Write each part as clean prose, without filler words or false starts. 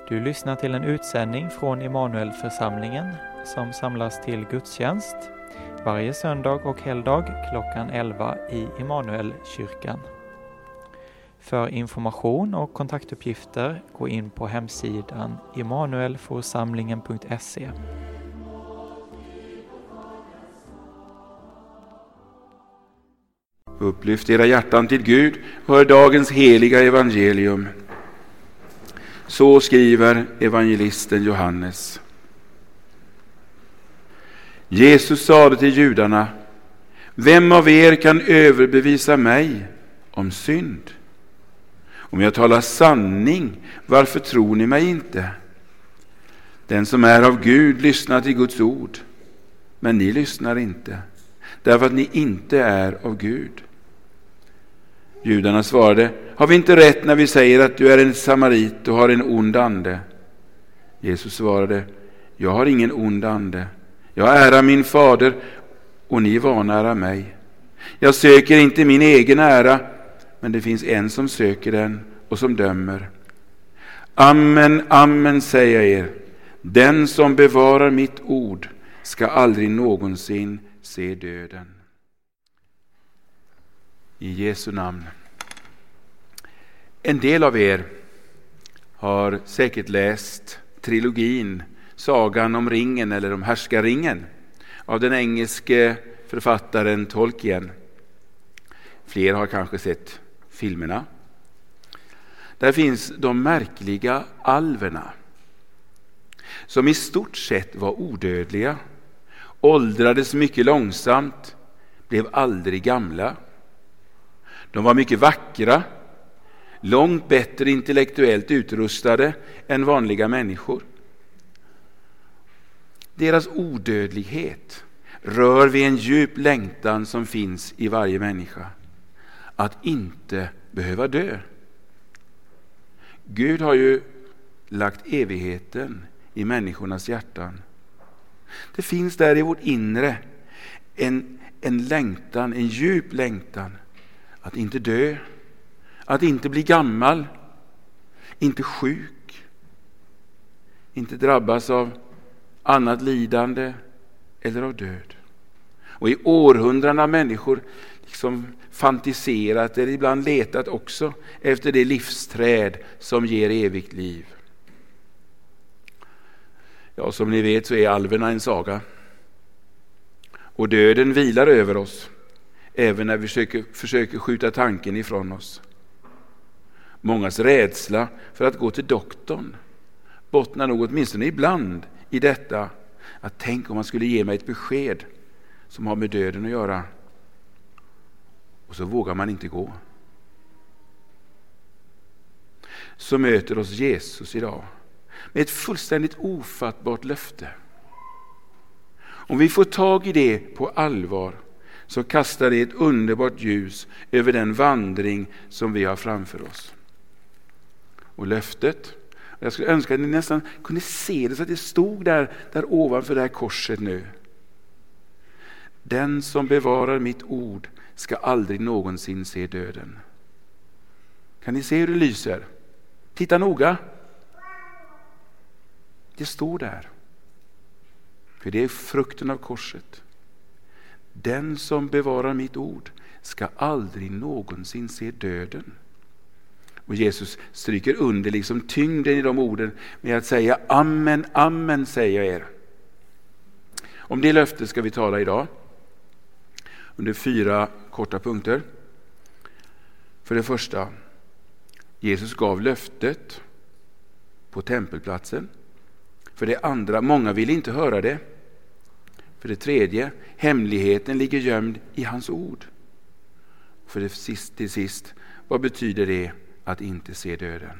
Du lyssnar till en utsändning från Immanuelförsamlingen som samlas till gudstjänst varje söndag och helgdag klockan 11 i Immanuelkyrkan. För information och kontaktuppgifter gå in på hemsidan immanuelforsamlingen.se. Upplyft era hjärtan till Gud och hör dagens heliga evangelium. Så skriver evangelisten Johannes. Jesus sade till judarna: Vem av er kan överbevisa mig om synd? Om jag talar sanning, varför tror ni mig inte? Den som är av Gud lyssnar till Guds ord, men ni lyssnar inte, därför att ni inte är av Gud. Judarna svarade: Har vi inte rätt när vi säger att du är en samarit och har en ond ande? Jesus svarade: Jag har ingen ond ande. Jag ärar min fader och ni vanärar mig. Jag söker inte min egen ära, men det finns en som söker den och som dömer. Amen, amen säger jag er. Den som bevarar mitt ord ska aldrig någonsin se döden. I Jesu namn. En del av er har säkert läst trilogin Sagan om ringen eller om härskarringen av den engelske författaren Tolkien. Fler har kanske sett filmerna. Där finns de märkliga alverna som i stort sett var odödliga, åldrades mycket långsamt, blev aldrig gamla. De var mycket vackra, långt bättre intellektuellt utrustade än vanliga människor. Deras odödlighet rör vid en djup längtan som finns i varje människa. Att inte behöva dö. Gud har ju lagt evigheten i människornas hjärtan. Det finns där i vårt inre en längtan, en djup längtan. Att inte dö, att inte bli gammal, inte sjuk, inte drabbas av annat lidande eller av död. Och i århundraden har människor liksom fantiserat eller ibland letat också efter det livsträd som ger evigt liv. Ja, som ni vet så är alverna en saga. Och döden vilar över oss, även när vi försöker skjuta tanken ifrån oss. Mångas rädsla för att gå till doktorn bottnar nog åtminstone ibland i detta, att tänk om man skulle ge mig ett besked som har med döden att göra. Och så vågar man inte gå. Så möter oss Jesus idag med ett fullständigt ofattbart löfte. Om vi får tag i det på allvar så kastar det ett underbart ljus över den vandring som vi har framför oss. Och löftet, jag skulle önska att ni nästan kunde se det så att det stod där ovanför det här korset nu. Den som bevarar mitt ord ska aldrig någonsin se döden. Kan ni se hur det lyser? Titta noga. Det står där. För det är frukten av korset. Den som bevarar mitt ord ska aldrig någonsin se döden. Och Jesus stryker under liksom tyngden i de orden med att säga amen, amen säger jag er. Om det löftet ska vi tala idag under 4 korta punkter. För det första, Jesus gav löftet på tempelplatsen. För det andra, många vill inte höra det. För det tredje, hemligheten ligger gömd i hans ord. För det till sist, vad betyder det att inte se döden?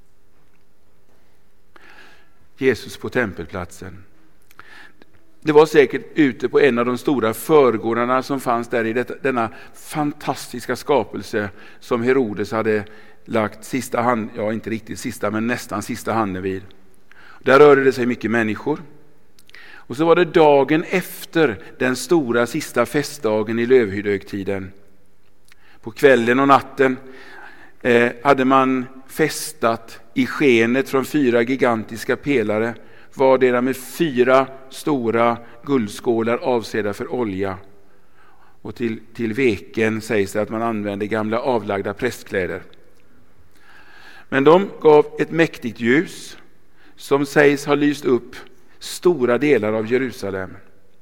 Jesus på tempelplatsen. Det var säkert ute på en av de stora förgårdarna som fanns där i denna fantastiska skapelse som Herodes hade lagt sista hand, ja inte riktigt sista men nästan sista handen vid. Där rörde det sig mycket människor. Och så var det dagen efter den stora sista festdagen i lövhyddehögtiden. På kvällen och natten hade man fästat i skenet från 4 gigantiska pelare, vardera med 4 stora guldskålar avsedda för olja. Och till veken sägs det att man använde gamla avlagda prästkläder. Men de gav ett mäktigt ljus som sägs ha lyst upp stora delar av Jerusalem.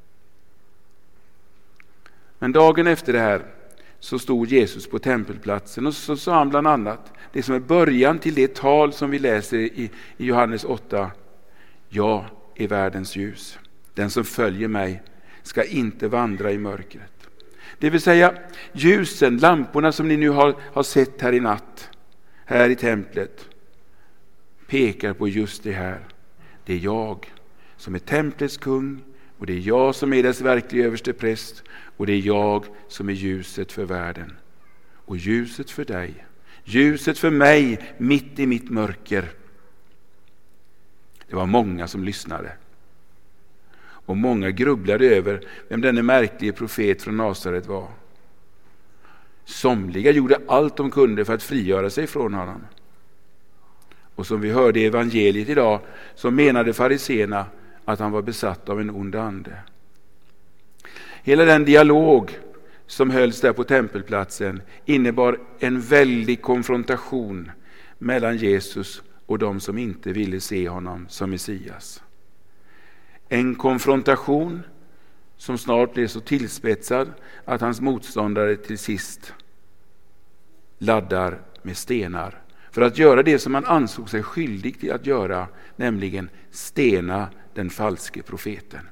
Men dagen efter det här så stod Jesus på tempelplatsen och så sa han bland annat det som är början till det tal som vi läser i Johannes 8. Jag är världens ljus. Den som följer mig ska inte vandra i mörkret. Det vill säga ljusen, lamporna som ni nu har sett här i natt, här i templet, pekar på just det här. Det är jag som är templets kung, och det är jag som är dess verkliga överste präst, och det är jag som är ljuset för världen. Och ljuset för dig, ljuset för mig mitt i mitt mörker. Det var många som lyssnade. Och många grubblade över vem denne märkliga profet från Nasaret var. Somliga gjorde allt de kunde för att frigöra sig från honom. Och som vi hörde i evangeliet idag, så menade fariséerna att han var besatt av en ond ande. Hela den dialog som hölls där på tempelplatsen innebar en väldig konfrontation mellan Jesus och de som inte ville se honom som Messias. En konfrontation som snart blev så tillspetsad att hans motståndare till sist laddar med stenar för att göra det som man ansåg sig skyldig till att göra, nämligen stena den falske profeten.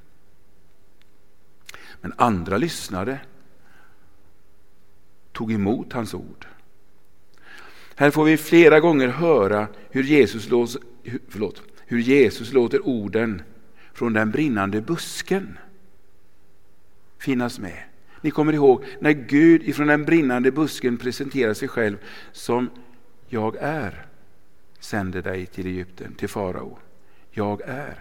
Men andra lyssnade, tog emot hans ord. Här får vi flera gånger höra hur Jesus låter orden från den brinnande busken finnas med. Ni kommer ihåg när Gud ifrån den brinnande busken presenterar sig själv som jag är, sänder dig till Egypten, till farao. Jag är.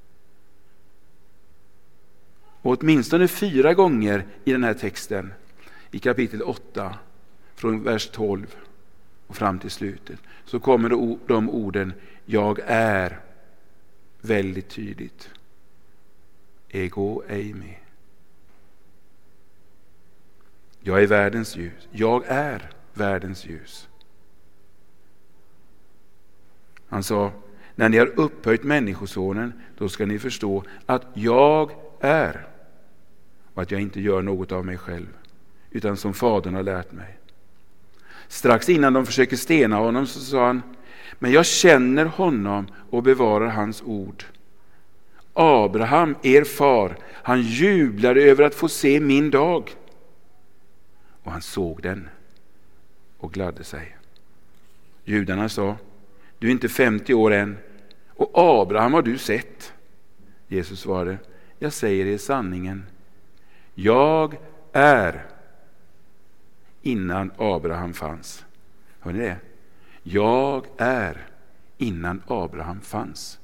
Och åtminstone 4 gånger i den här texten, i kapitel 8, från vers 12 och fram till slutet, så kommer de orden jag är väldigt tydligt. Ego eimi. Jag är världens ljus. Jag är världens ljus. Han sa, när ni har upphöjt människosonen, då ska ni förstå att jag är, och att jag inte gör något av mig själv, utan som Fadern har lärt mig. Strax innan de försöker stena honom så sa han, men jag känner honom och bevarar hans ord. Abraham, er far, han jublade över att få se min dag. Och han såg den och gladde sig. Judarna sa, du är inte 50 år än, och Abraham har du sett. Jesus svarade, jag säger er sanningen. Jag är innan Abraham fanns. Hör ni det? Jag är innan Abraham fanns.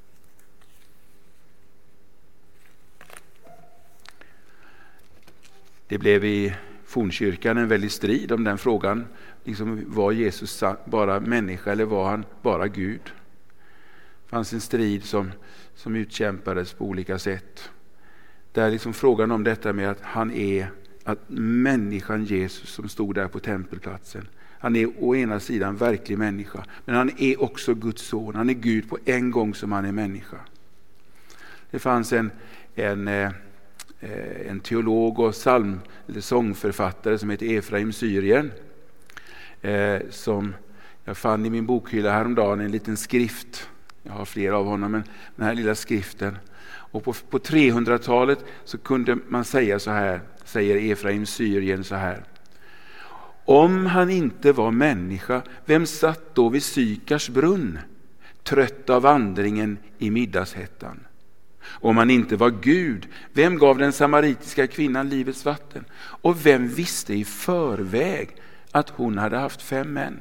Det blev i fornkyrkan en väldig strid om den frågan. Liksom, var Jesus bara människa eller var han bara Gud? Det fanns en strid som utkämpades på olika sätt. Där liksom frågan om detta med att människan Jesus som stod där på tempelplatsen, han är å ena sidan verklig människa, men han är också Guds son. Han är Gud på en gång som han är människa. Det fanns en teolog och sångförfattare som heter Efraim Syrien, som jag fann i min bokhylla häromdagen, en liten skrift. Jag har flera av honom, men den här lilla skriften. Och på 300-talet så kunde man säga så här, säger Efraim Syrien så här: om han inte var människa, vem satt då vid Sykars brunn, trött av vandringen i middagshettan? Om han inte var Gud, vem gav den samaritiska kvinnan livets vatten? Och vem visste i förväg att hon hade haft 5 män?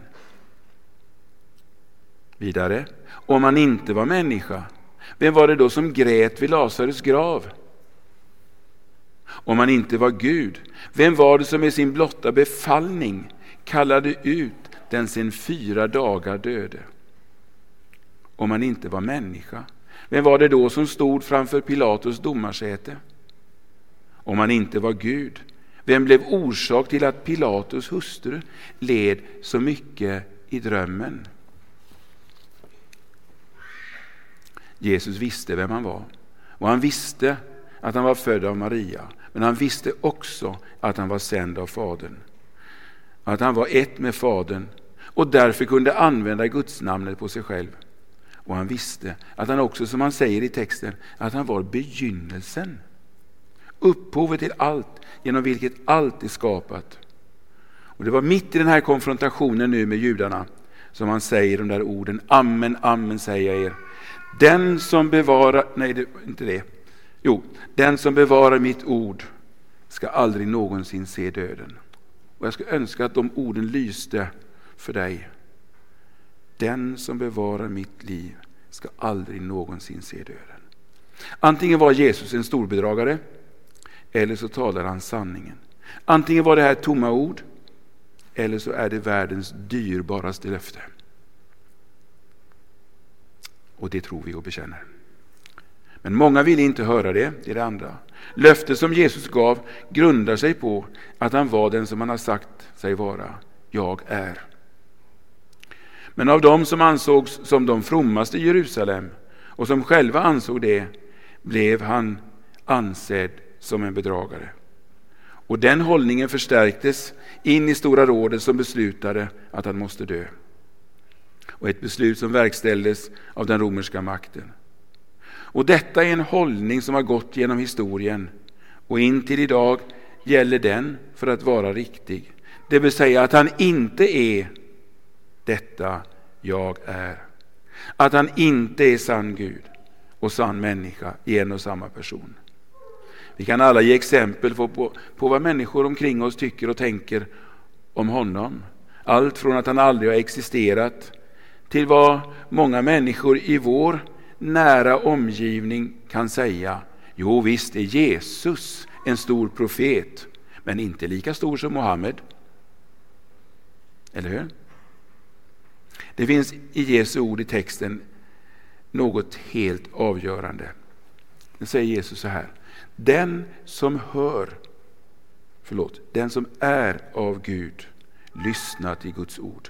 Vidare, om han inte var människa, vem var det då som grät vid Lazarus grav? Om han inte var Gud, vem var det som med sin blotta befallning kallade ut den sedan 4 dagar döde. Om han inte var människa, vem var det då som stod framför Pilatus domarsäte? Om han inte var Gud, vem blev orsak till att Pilatus hustru led så mycket i drömmen? Jesus visste vem han var, och han visste att han var född av Maria, men han visste också att han var sänd av Fadern, att han var ett med Fadern och därför kunde använda Guds namnet på sig själv. Och han visste att han också, som han säger i texten, att han var begynnelsen, upphovet till allt, genom vilket allt är skapat. Och det var mitt i den här konfrontationen nu med judarna som han säger de där orden: amen, amen säger jag er. Den som bevarar, den som bevarar mitt ord ska aldrig någonsin se döden. Och jag ska önska att de orden lyste för dig. Den som bevarar mitt liv ska aldrig någonsin se döden. Antingen var Jesus en storbedragare, eller så talar han sanningen. Antingen var det här tomma ord, eller så är det världens dyrbaraste löfte. Och det tror vi och bekänner. Men många vill inte höra det, det är det andra. Löftet som Jesus gav grundar sig på att han var den som han har sagt sig vara. Jag är. Men av dem som ansågs som de frommaste i Jerusalem och som själva ansåg det, blev han ansedd som en bedragare. Och den hållningen förstärktes in i Stora rådet som beslutade att han måste dö. Och ett beslut som verkställdes av den romerska makten. Och detta är en hållning som har gått genom historien, och in till idag gäller den för att vara riktig. Det vill säga att han inte är detta jag är. Att han inte är sann Gud och sann människa i en och samma person. Vi kan alla ge exempel på vad människor omkring oss tycker och tänker om honom. Allt från att han aldrig har existerat till vad många människor i vår nära omgivning kan säga: jo visst är Jesus en stor profet, men inte lika stor som Mohammed. Eller hur? Det finns i Jesu ord i texten något helt avgörande. Det säger Jesus så här: den som är av Gud lyssnar till Guds ord.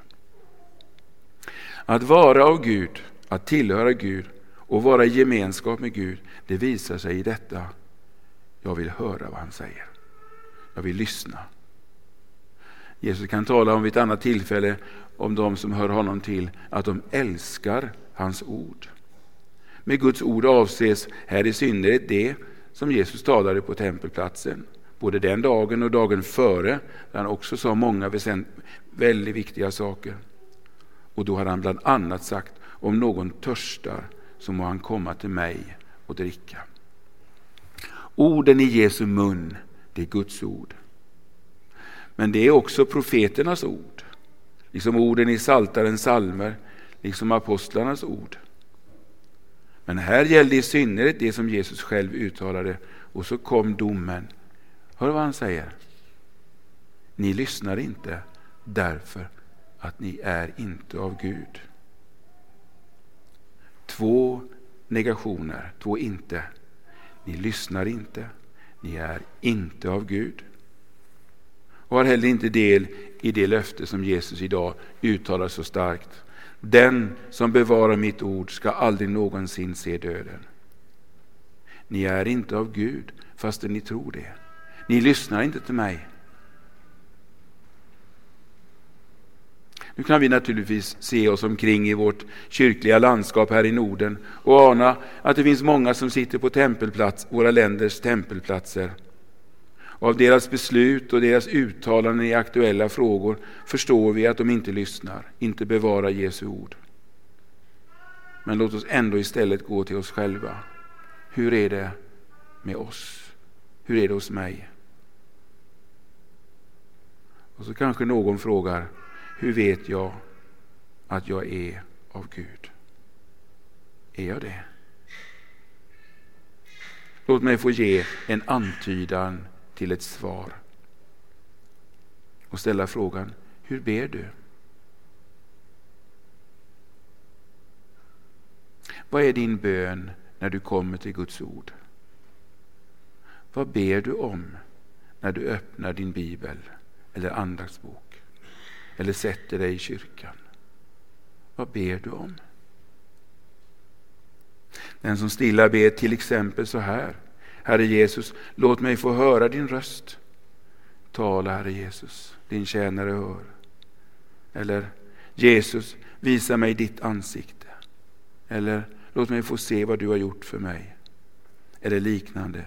Att vara av Gud, att tillhöra Gud och vara i gemenskap med Gud, det visar sig i detta: jag vill höra vad han säger. Jag vill lyssna. Jesus kan tala om vid ett annat tillfälle om de som hör honom till, att de älskar hans ord. Med Guds ord avses här i synnerhet det som Jesus talade på tempelplatsen, både den dagen och dagen före, där han också sa många väldigt viktiga saker. Och då har han bland annat sagt: om någon törstar så må han komma till mig och dricka. Orden i Jesu mun, det är Guds ord. Men det är också profeternas ord, liksom orden i Psaltarens psalmer, liksom apostlarnas ord. Men här gällde i synnerhet det som Jesus själv uttalade, och så kom domen. Hör vad han säger: ni lyssnar inte därför att ni är inte av Gud. 2 negationer, 2 inte. Ni lyssnar inte, ni är inte av Gud. Och har heller inte del i det löfte som Jesus idag uttalar så starkt: den som bevarar mitt ord ska aldrig någonsin se döden. Ni är inte av Gud fastän ni tror det. Ni lyssnar inte till mig. Nu kan vi naturligtvis se oss omkring i vårt kyrkliga landskap här i Norden och ana att det finns många som sitter på våra länders tempelplatser. Och av deras beslut och deras uttalanden i aktuella frågor förstår vi att de inte lyssnar, inte bevarar Jesu ord. Men låt oss ändå istället gå till oss själva. Hur är det med oss? Hur är det hos mig? Och så kanske någon frågar: hur vet jag att jag är av Gud? Är jag det? Låt mig få ge en antydan till ett svar och ställa frågan: hur ber du? Vad är din bön när du kommer till Guds ord? Vad ber du om när du öppnar din bibel eller andaktsbok eller sätter dig i kyrkan? Vad ber du om? Den som stilla ber till exempel så här: Herre Jesus, låt mig få höra din röst. Tala, Herre Jesus, din tjänare hör. Eller Jesus, visa mig ditt ansikte. Eller låt mig få se vad du har gjort för mig. Eller liknande.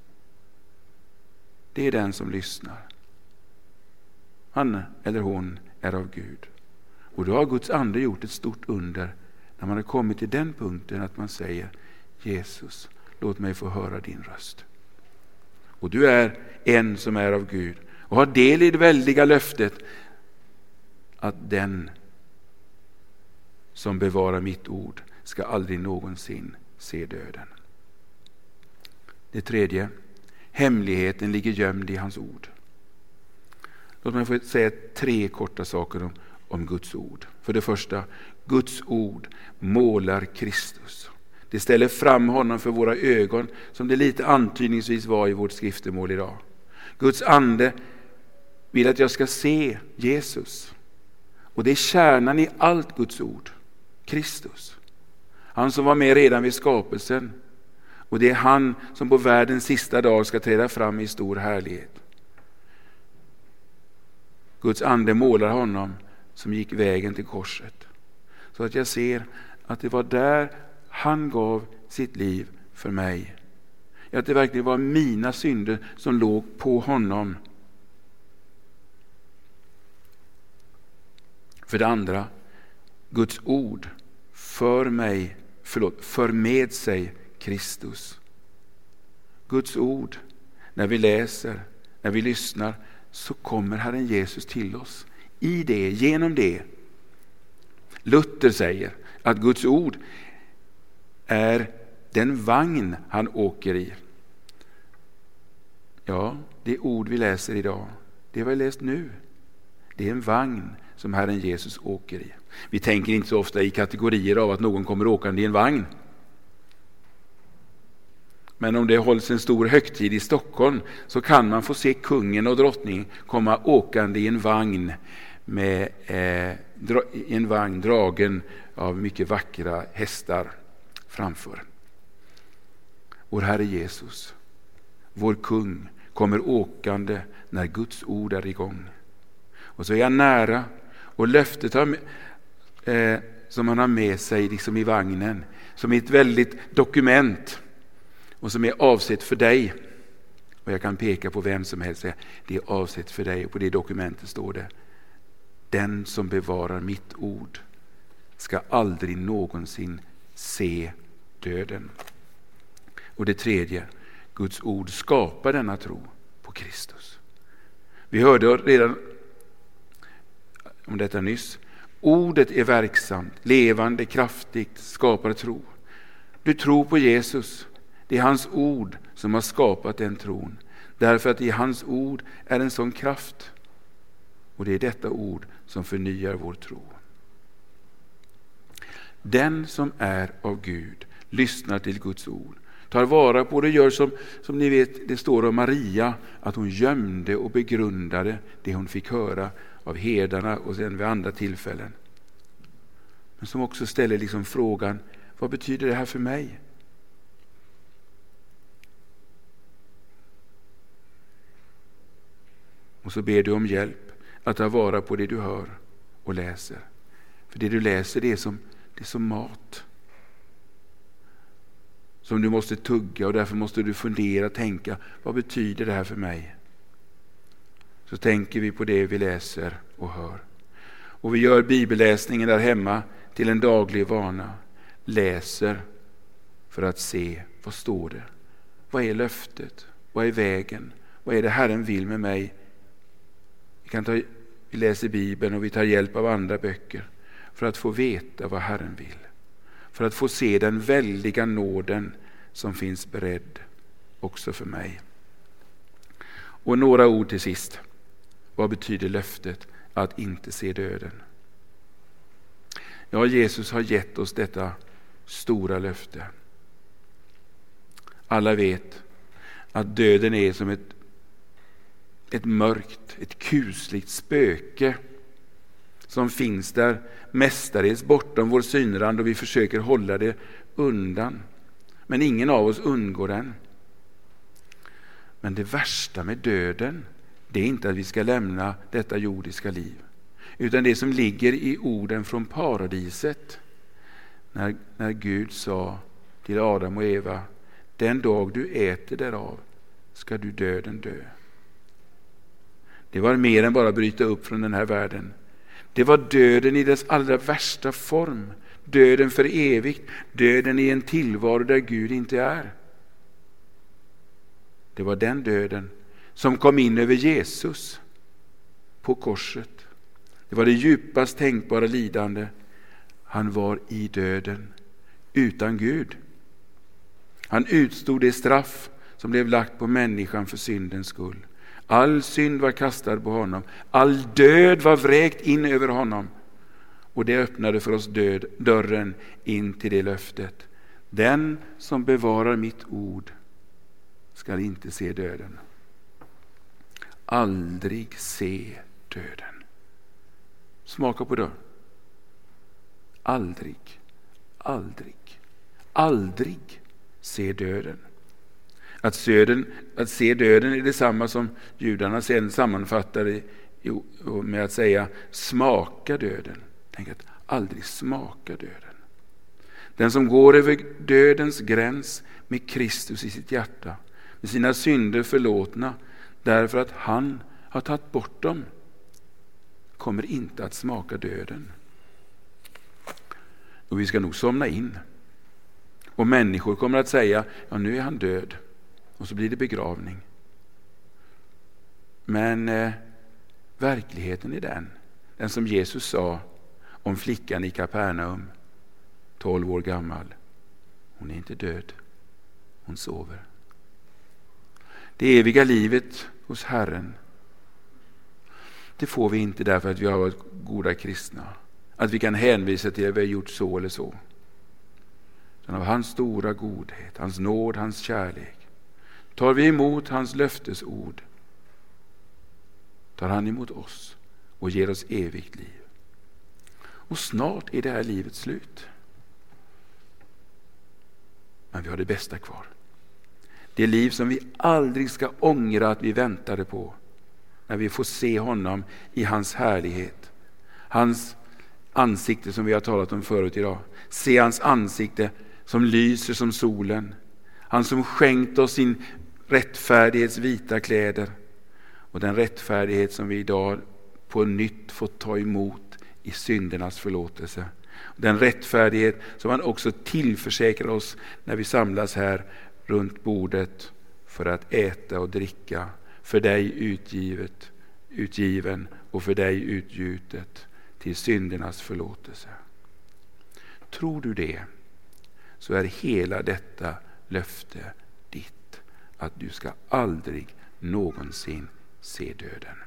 Det är den som lyssnar. Han eller hon är av Gud. Och då har Guds ande gjort ett stort under när man har kommit till den punkten att man säger: Jesus, låt mig få höra din röst. Och du är en som är av Gud och har del i det väldiga löftet att den som bevarar mitt ord ska aldrig någonsin se döden. Det tredje: hemligheten ligger gömd i hans ord. Låt mig få säga 3 korta saker om Guds ord. För det första, Guds ord målar Kristus. Det ställer fram honom för våra ögon, som det lite antydningsvis var i vårt skriftemål idag. Guds ande vill att jag ska se Jesus. Och det är kärnan i allt Guds ord. Kristus. Han som var med redan vid skapelsen. Och det är han som på världens sista dag ska träda fram i stor härlighet. Guds ande målar honom som gick vägen till korset. Så att jag ser att det var där han gav sitt liv för mig. Att det verkligen var mina synder som låg på honom. För det andra, Guds ord för med sig Kristus. Guds ord, när vi läser, när vi lyssnar, så kommer Herren Jesus till oss. I det, genom det. Luther säger att Guds ord är den vagn han åker i. Ja, det ord vi läser idag, det har vi läst nu. Det är en vagn som Herren Jesus åker i. Vi tänker inte så ofta i kategorier av att någon kommer åkande i en vagn. Men om det hålls en stor högtid i Stockholm så kan man få se kungen och drottningen komma åkande i en vagn med en vagn dragen av mycket vackra hästar framför. Vår Herre Jesus, vår kung, kommer åkande när Guds ord är igång. Och så är han nära, och löftet som han har med sig liksom i vagnen, som är ett väldigt dokument och som är avsett för dig. Och jag kan peka på vem som helst, det är avsett för dig, och på det dokumentet står det: den som bevarar mitt ord ska aldrig någonsin se döden. Och det tredje, Guds ord skapar denna tro på Kristus. Vi hörde redan om detta nyss. Ordet är verksamt, levande, kraftigt, skapar tro. Du tror på Jesus. Det är hans ord som har skapat den tron. Därför att i hans ord är en sån kraft. Och det är detta ord som förnyar vår tro. Den som är av Gud lyssnar till Guds ord. Tar vara på det, gör som ni vet, det står om Maria, att hon gömde och begrundade det hon fick höra av herdarna och sen vid andra tillfällen. Men som också ställer liksom frågan: vad betyder det här för mig? Och så ber du om hjälp att ta vara på det du hör och läser. För det du läser, det är som mat som du måste tugga, och därför måste du fundera och tänka: vad betyder det här för mig? Så tänker vi på det vi läser och hör. Och vi gör bibelläsningen där hemma till en daglig vana. Läser för att se, vad står det? Vad är löftet? Vad är vägen? Vad är det Herren vill med mig? Vi läser Bibeln och vi tar hjälp av andra böcker för att få veta vad Herren vill. För att få se den väldiga nåden som finns beredd också för mig. Och några ord till sist. Vad betyder löftet att inte se döden? Ja, Jesus har gett oss detta stora löfte. Alla vet att döden är som ett mörkt, ett kusligt spöke som finns där mestadels bortom vår synrand, och vi försöker hålla det undan. Men ingen av oss undgår den. Men det värsta med döden, det är inte att vi ska lämna detta jordiska liv, utan det som ligger i orden från paradiset. När Gud sa till Adam och Eva: den dag du äter därav ska du döden dö. Det var mer än bara bryta upp från den här världen. Det var döden i dess allra värsta form. Döden för evigt. Döden i en tillvaro där Gud inte är. Det var den döden som kom in över Jesus på korset. Det var det djupast tänkbara lidande. Han var i döden utan Gud. Han utstod det straff som blev lagt på människan för syndens skull. All synd var kastad på honom. All död var vräkt in över honom. Och det öppnade för oss dörren in till det löftet. Den som bevarar mitt ord ska inte se döden. Aldrig se döden. Smaka på det. Aldrig, aldrig, aldrig se döden. Att se döden är detsamma som judarna sen sammanfattade med att säga smaka döden. Tänk att aldrig smaka döden. Den som går över dödens gräns med Kristus i sitt hjärta, med sina synder förlåtna därför att han har tagit bort dem, kommer inte att smaka döden. Och vi ska nog somna in. Och människor kommer att säga: ja, nu är han död. Och så blir det begravning. Men verkligheten är den som Jesus sa om flickan i Kapernaum, 12 år gammal. Hon är inte död, hon sover. Det eviga livet hos Herren, det får vi inte därför att vi har varit goda kristna, att vi kan hänvisa till att vi har gjort så eller så. Utan av hans stora godhet, hans nåd, hans kärlek. Tar vi emot hans löftesord, tar han emot oss och ger oss evigt liv. Och snart är det här livet slut. Men vi har det bästa kvar. Det liv som vi aldrig ska ångra att vi väntade på. När vi får se honom i hans härlighet. Hans ansikte som vi har talat om förut idag. Se hans ansikte som lyser som solen. Han som skänkt oss sin rättfärdighets vita kläder. Och den rättfärdighet som vi idag på nytt får ta emot i syndernas förlåtelse. Den rättfärdighet som han också tillförsäkrar oss när vi samlas här runt bordet för att äta och dricka. För dig utgiven och för dig utgjutet till syndernas förlåtelse. Tror du det, så är hela detta löfte ditt, att du ska aldrig någonsin se döden.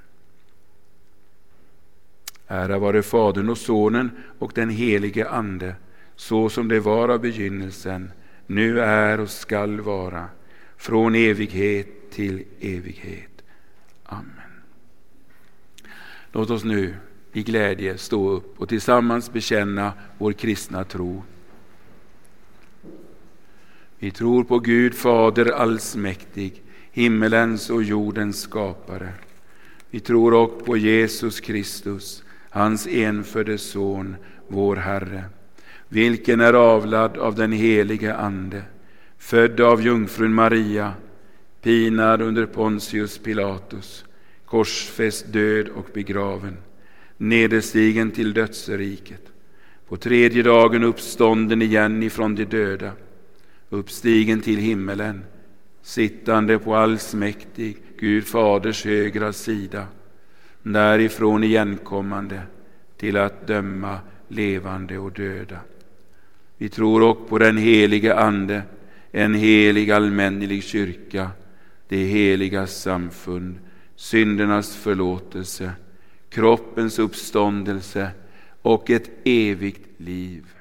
Ära vare Fadern och Sonen och den helige Ande, så som det var av begynnelsen, nu är och skall vara, från evighet till evighet. Amen. Låt oss nu i glädje stå upp och tillsammans bekänna vår kristna tro. Vi tror på Gud Fader allsmäktig, himmelens och jordens skapare. Vi tror också på Jesus Kristus, hans enfödde son, vår Herre, vilken är avlad av den helige Ande, född av jungfrun Maria, pinad under Pontius Pilatus, korsfäst, död och begraven, nederstigen till dödsriket, på tredje dagen uppstånden igen ifrån de döda, uppstigen till himmelen, sittande på allsmäktig Gud Faders högra sida, därifrån igenkommande till att döma levande och döda. Vi tror också på den helige Ande, en helig allmännelig kyrka, det heliga samfund, syndernas förlåtelse, kroppens uppståndelse och ett evigt liv.